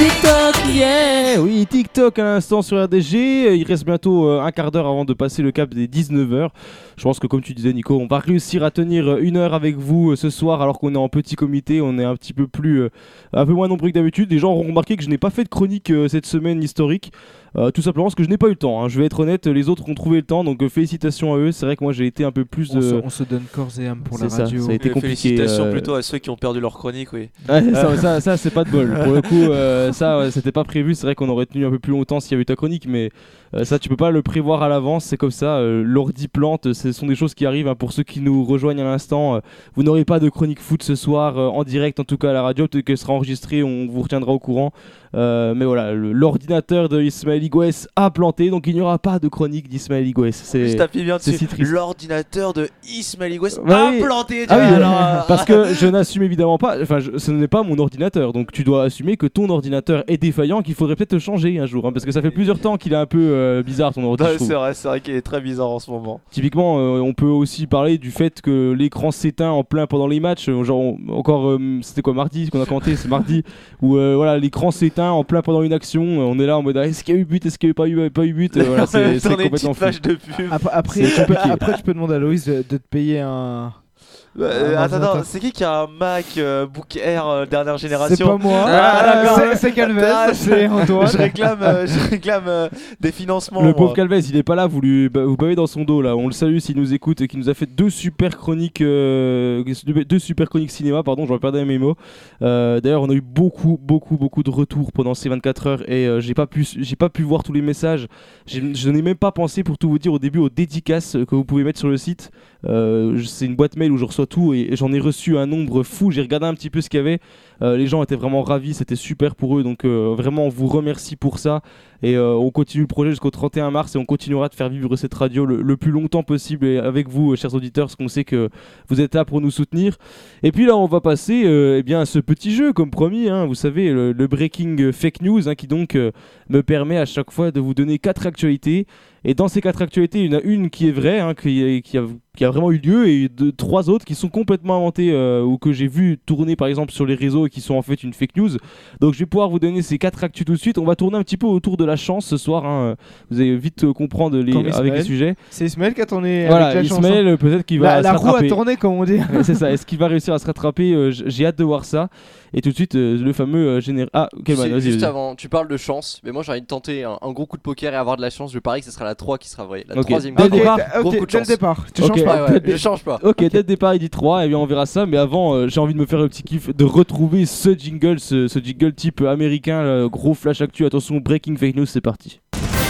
TikTok, yeah. Oui, TikTok à l'instant sur RDG. Il reste bientôt un quart d'heure avant de passer le cap des 19h. Je pense que comme tu disais Nico, on va réussir à tenir une heure avec vous ce soir alors qu'on est en petit comité. On est un petit peu un peu moins nombreux que d'habitude. Les gens auront remarqué que je n'ai pas fait de chronique cette semaine historique. Tout simplement parce que je n'ai pas eu le temps, hein. Je vais être honnête, les autres ont trouvé le temps, donc félicitations à eux. C'est vrai que moi j'ai été un peu plus on se donne corps et âme pour la radio. Ça a été compliqué. Félicitations plutôt à ceux qui ont perdu leur chronique, oui. Ouais, ça c'est pas de bol. Pour le coup, c'était pas prévu. C'est vrai qu'on aurait tenu un peu plus longtemps s'il y avait eu ta chronique, mais ça tu peux pas le prévoir à l'avance, c'est comme ça. L'ordi plante, ce sont des choses qui arrivent, hein. Pour ceux qui nous rejoignent à l'instant, vous n'aurez pas de chronique foot ce soir en direct, en tout cas à la radio, peut-être qu'elle sera enregistrée, on vous retiendra au courant. Mais voilà, l'ordinateur de Ismaël Higues a planté, donc il n'y aura pas de chronique d'Ismaël Higues. Je t'appuie bien dessus. Si triste. L'ordinateur de Ismaël Higues Bah a oui. planté. Ah oui, parce que je n'assume évidemment pas, ce n'est pas mon ordinateur, donc tu dois assumer que ton ordinateur est défaillant, qu'il faudrait peut-être le changer un jour, hein, parce que ça fait plusieurs temps qu'il est un peu bizarre ton ordinateur. C'est vrai qu'il est très bizarre en ce moment. Typiquement, on peut aussi parler du fait que l'écran s'éteint en plein pendant les matchs. C'était quoi mardi, ce qu'on a commenté, c'est mardi, où voilà, l'écran s'éteint en plein pendant une action. On est là en mode est-ce qu'il y a eu but, est-ce qu'il n'y a pas eu but. Voilà, c'est complètement fou. De pub. Après, tu peux demander à Loïs de te payer un. Attends, c'est qui a un Mac Book Air dernière génération? C'est pas moi. C'est Calvez, c'est Antoine. Je réclame des financements. Le pauvre Calvez, il est pas là, vous bavez dans son dos là. On le salue s'il nous écoute et qui nous a fait deux super chroniques cinéma, pardon, j'aurais perdu mes mots. D'ailleurs, on a eu beaucoup de retours pendant ces 24 heures et j'ai pas pu voir tous les messages. Je n'ai même pas pensé, pour tout vous dire, au début aux dédicaces que vous pouvez mettre sur le site. C'est une boîte mail où je reçois tout et j'en ai reçu un nombre fou. J'ai regardé un petit peu ce qu'il y avait. Les gens étaient vraiment ravis, c'était super pour eux, donc vraiment on vous remercie pour ça et on continue le projet jusqu'au 31 mars et on continuera de faire vivre cette radio le plus longtemps possible et avec vous chers auditeurs, parce qu'on sait que vous êtes là pour nous soutenir. Et puis là on va passer à ce petit jeu comme promis, hein, vous savez, le Breaking Fake News, hein, qui donc me permet à chaque fois de vous donner 4 actualités. Et dans ces 4 actualités, il y en a une qui est vraie, hein, qui a vraiment eu lieu, et 3 autres qui sont complètement inventées ou que j'ai vu tourner par exemple sur les réseaux et qui sont en fait une fake news. Donc je vais pouvoir vous donner ces 4 actus tout de suite. On va tourner un petit peu autour de la chance ce soir, hein. Vous allez vite comprendre avec les sujets. C'est Ismaël qui a tourné voilà, avec la chance. Ismaël, peut-être qu'il va se rattraper. La roue a tourné comme on dit. C'est ça, est-ce qu'il va réussir à se rattraper? J'ai hâte de voir ça. Et tout de suite, le fameux général. Ah, ok, juste avant, tu parles de chance, mais moi j'ai envie de tenter un gros coup de poker et avoir de la chance. Je parie que ce sera la 3 qui sera vraie. La troisième. Dès le départ, gros coup de chance. Dès le départ, tu changes pas. Je change pas. Ok, dès le départ, il dit 3, et bien on verra ça. Mais avant, j'ai envie de me faire le petit kiff de retrouver ce jingle, ce jingle type américain, gros flash actu. Attention, Breaking Fake News, c'est parti.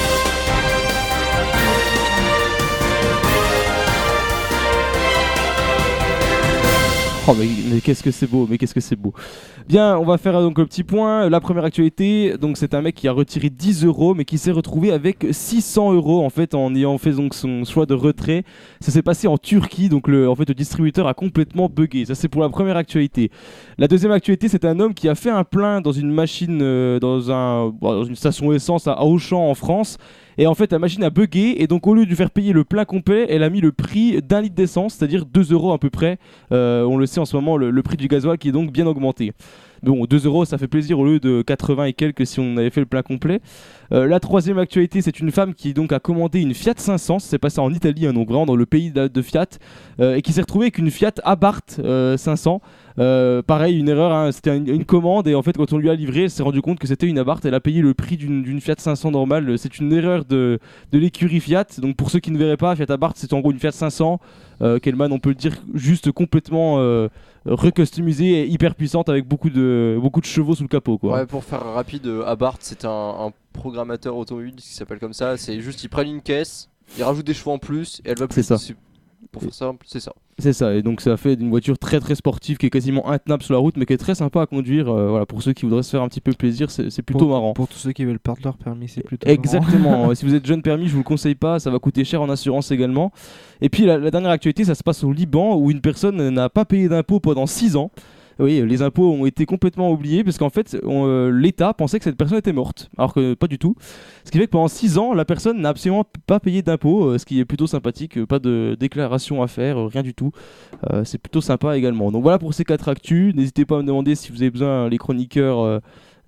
Oh mais qu'est-ce que c'est beau, Bien, on va faire donc le petit point. La première actualité, donc c'est un mec qui a retiré 10 € mais qui s'est retrouvé avec 600 € en fait en ayant fait donc son choix de retrait. Ça s'est passé en Turquie, donc le distributeur a complètement bugué. Ça c'est pour la première actualité. La deuxième actualité, c'est un homme qui a fait un plein dans une machine dans une station essence à Auchan en France. Et en fait la machine a bugué et donc au lieu de lui faire payer le plein complet, elle a mis le prix d'un litre d'essence, c'est-à-dire 2 € à peu près. On le sait en ce moment, le prix du gasoil qui est donc bien augmenté. Bon, 2 € ça fait plaisir au lieu de 80 et quelques si on avait fait le plein complet. La troisième actualité, c'est une femme qui donc a commandé une Fiat 500, c'est passé en Italie, hein, donc vraiment dans le pays de Fiat, et qui s'est retrouvée avec une Fiat Abarth 500. Pareil, une erreur, hein, c'était une commande et en fait quand on lui a livré, elle s'est rendu compte que c'était une Abarth. Elle a payé le prix d'une Fiat 500 normale. C'est une erreur de l'écurie Fiat. Donc pour ceux qui ne verraient pas, Fiat Abarth c'est en gros une Fiat 500 Kellman, on peut le dire, juste complètement recustomisée et hyper puissante avec beaucoup de chevaux sous le capot, quoi. Ouais, pour faire rapide, Abarth c'est un programmateur automobile qui s'appelle comme ça. C'est juste, ils prennent une caisse, ils rajoutent des chevaux en plus et elle va plus. C'est ça. Pour faire simple, c'est ça. C'est ça, et donc ça fait une voiture très très sportive qui est quasiment intenable sur la route mais qui est très sympa à conduire. Voilà, pour ceux qui voudraient se faire un petit peu plaisir, c'est plutôt marrant. Pour tous ceux qui veulent perdre leur permis, c'est plutôt exactement. Si vous êtes jeune permis, je vous le conseille pas, ça va coûter cher en assurance également. Et puis la dernière actualité, ça se passe au Liban où une personne n'a pas payé d'impôts pendant 6 ans. Oui, les impôts ont été complètement oubliés parce qu'en fait, l'État pensait que cette personne était morte, alors que pas du tout. Ce qui fait que pendant 6 ans, la personne n'a absolument pas payé d'impôts, ce qui est plutôt sympathique, pas de déclaration à faire, rien du tout. C'est plutôt sympa également. Donc voilà pour ces 4 actus. N'hésitez pas à me demander si vous avez besoin, les chroniqueurs,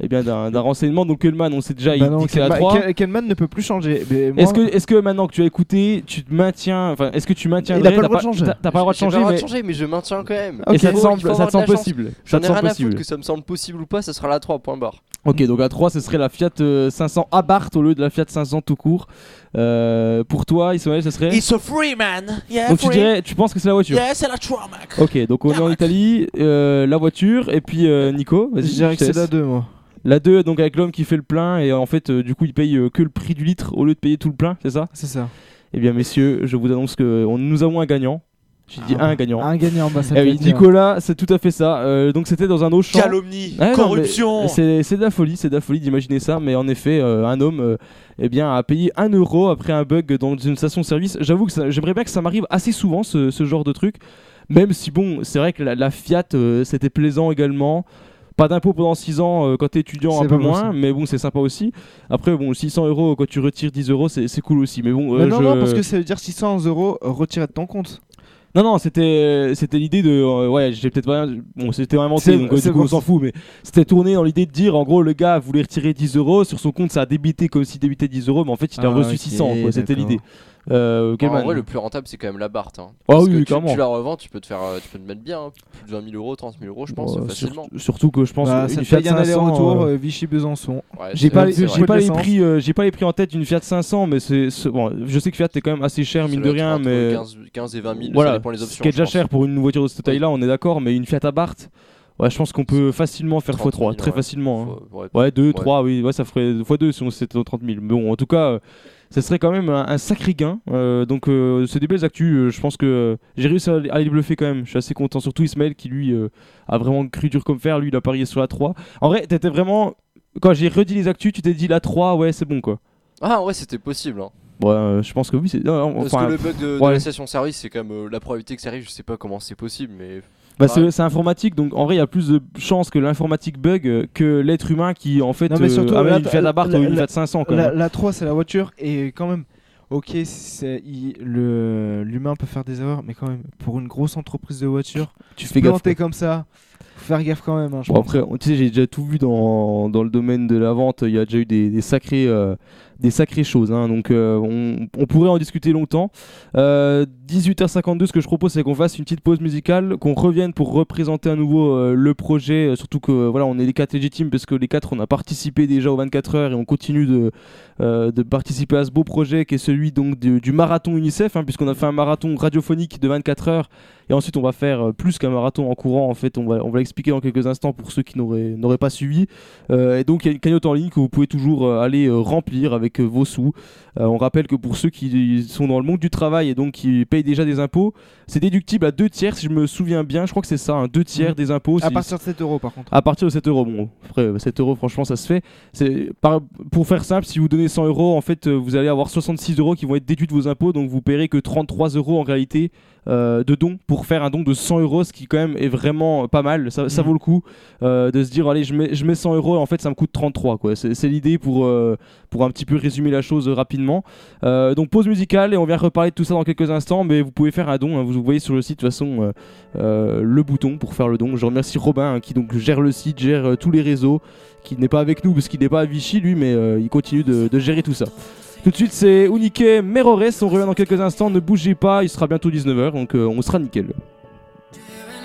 bien d'un renseignement. Donc Kellman, on sait déjà, il dit que c'est la 3. Kellman ne peut plus changer. Est-ce que maintenant que tu as écouté, tu te maintiens, enfin, est-ce que tu maintiens? Il a pas le droit de changer. T'as pas le droit de changer, mais je maintiens quand même. Et ça te semble possible? J'en ai rien à foutre que ça me semble possible ou pas, ça sera la 3, point barre. Ok, donc la 3, ce serait la Fiat 500 Abarth au lieu de la Fiat 500 tout court. Pour toi, Ismaël, ce serait? It's a free man. Yeah, donc free. tu penses que c'est la voiture? Yeah, c'est la 3, mec. Ok, donc on est en Italie, la voiture, et puis Nico, vas-y. Je dirais que c'est la 2, moi. La 2, donc avec l'homme qui fait le plein, et en fait, du coup, il paye que le prix du litre au lieu de payer tout le plein, c'est ça? C'est ça. Eh bien, messieurs, je vous annonce que nous avons un gagnant. J'ai dit un gagnant. Un gagnant, bah ça oui, Nicolas, c'est tout à fait ça. Donc c'était dans un Auchan. Calomnie, corruption. C'est de la folie d'imaginer ça. Mais en effet, un homme a payé 1 euro après un bug dans une station-service. J'avoue que j'aimerais bien que ça m'arrive assez souvent, ce genre de truc. Même si bon, c'est vrai que la Fiat, c'était plaisant également. Pas d'impôt pendant 6 ans quand t'es étudiant, un peu moins, mais bon, c'est sympa aussi. Après, bon, 600 euros quand tu retires 10 euros, c'est cool aussi. Mais bon, non, parce que ça veut dire 600 euros retirés de ton compte. Non, c'était l'idée de. J'ai peut-être pas. Bon, c'était inventé, donc du coup, on s'en fout, mais c'était tourné dans l'idée de dire, en gros, le gars voulait retirer 10 euros, sur son compte, ça a débité comme s'il débitait 10 euros, mais en fait, il a reçu 600, quoi, c'était l'idée. En vrai, le plus rentable, c'est quand même la Barthes. Hein. Ah oui, clairement. Tu la revends, tu peux te mettre bien, hein. Plus de 20 000 euros, 30 000 euros, je pense, facilement. Surtout que je pense ça te paye un aller-retour Vichy-Besançon. Ouais, j'ai pas les prix en tête d'une Fiat 500, mais bon, je sais que Fiat est quand même assez cher, mine de rien, mais 15 et 20 000, voilà, ça dépend les options. Ce qui est déjà cher pour une voiture de cette taille-là, on est d'accord, mais une Fiat Abarth, ouais, je pense qu'on peut facilement faire x3, très facilement. Ouais, 2, 3, oui, ouais, ça ferait x2 si on c'était 30 000. Mais bon, en tout cas, ça serait quand même un sacré gain. Donc, c'est des belles actus. Je pense que j'ai réussi à les bluffer quand même. Je suis assez content. Surtout Ismaël qui, lui, a vraiment cru dur comme fer. Lui, il a parié sur la 3. En vrai, t'étais vraiment. Quand j'ai redit les actus, tu t'es dit la 3, ouais, c'est bon quoi. Ah, ouais, c'était possible. Hein. Ouais, je pense que oui. Parce que le bug de la station-service, c'est quand même la probabilité que ça arrive. Je sais pas comment c'est possible, mais. C'est informatique, donc en vrai il y a plus de chances que l'informatique bug que l'être humain qui en fait amène une Fiat Abarth ou une Fiat 500 quand même. La 3 c'est la voiture et quand même, ok, l'humain peut faire des erreurs, mais quand même pour une grosse entreprise de voiture, tu fais gaffe comme ça, faut faire gaffe quand même. Bon, après, tu sais, j'ai déjà tout vu dans le domaine de la vente, il y a déjà eu des sacrées choses, hein, donc on pourrait en discuter longtemps. 18h52, ce que je propose, c'est qu'on fasse une petite pause musicale, qu'on revienne pour représenter à nouveau le projet, surtout que voilà, on est les 4 légitimes parce que les 4 on a participé déjà aux 24 heures et on continue de participer à ce beau projet qui est celui donc du marathon UNICEF, hein, puisqu'on a fait un marathon radiophonique de 24 heures et ensuite on va faire plus qu'un marathon en courant, en fait on va l'expliquer dans quelques instants pour ceux qui n'auraient pas suivi. Et donc il y a une cagnotte en ligne que vous pouvez toujours aller remplir avec vos sous. On rappelle que pour ceux qui sont dans le monde du travail et donc qui payent déjà des impôts, c'est déductible à 2 tiers si je me souviens bien, je crois que c'est ça, 2 tiers des impôts. À partir de 7 euros par contre. À partir de 7 euros, bon, après 7 euros franchement ça se fait. Pour faire simple, si vous donnez 100 euros, en fait vous allez avoir 66 euros qui vont être déduits de vos impôts, donc vous paierez que 33 euros en réalité de dons pour faire un don de 100 euros, ce qui quand même est vraiment pas mal, ça vaut le coup de se dire allez je mets 100 euros et en fait ça me coûte 33 quoi. C'est l'idée pour un petit peu résumer la chose rapidement. Donc pause musicale et on vient reparler de tout ça dans quelques instants, mais vous pouvez faire un don, hein, vous voyez sur le site de toute façon le bouton pour faire le don. Je remercie Robin hein, qui donc gère le site, gère tous les réseaux, qui n'est pas avec nous parce qu'il n'est pas à Vichy lui, mais il continue de gérer tout ça. Tout de suite c'est Unique Merores, on revient dans quelques instants, ne bougez pas, il sera bientôt 19h donc on sera nickel.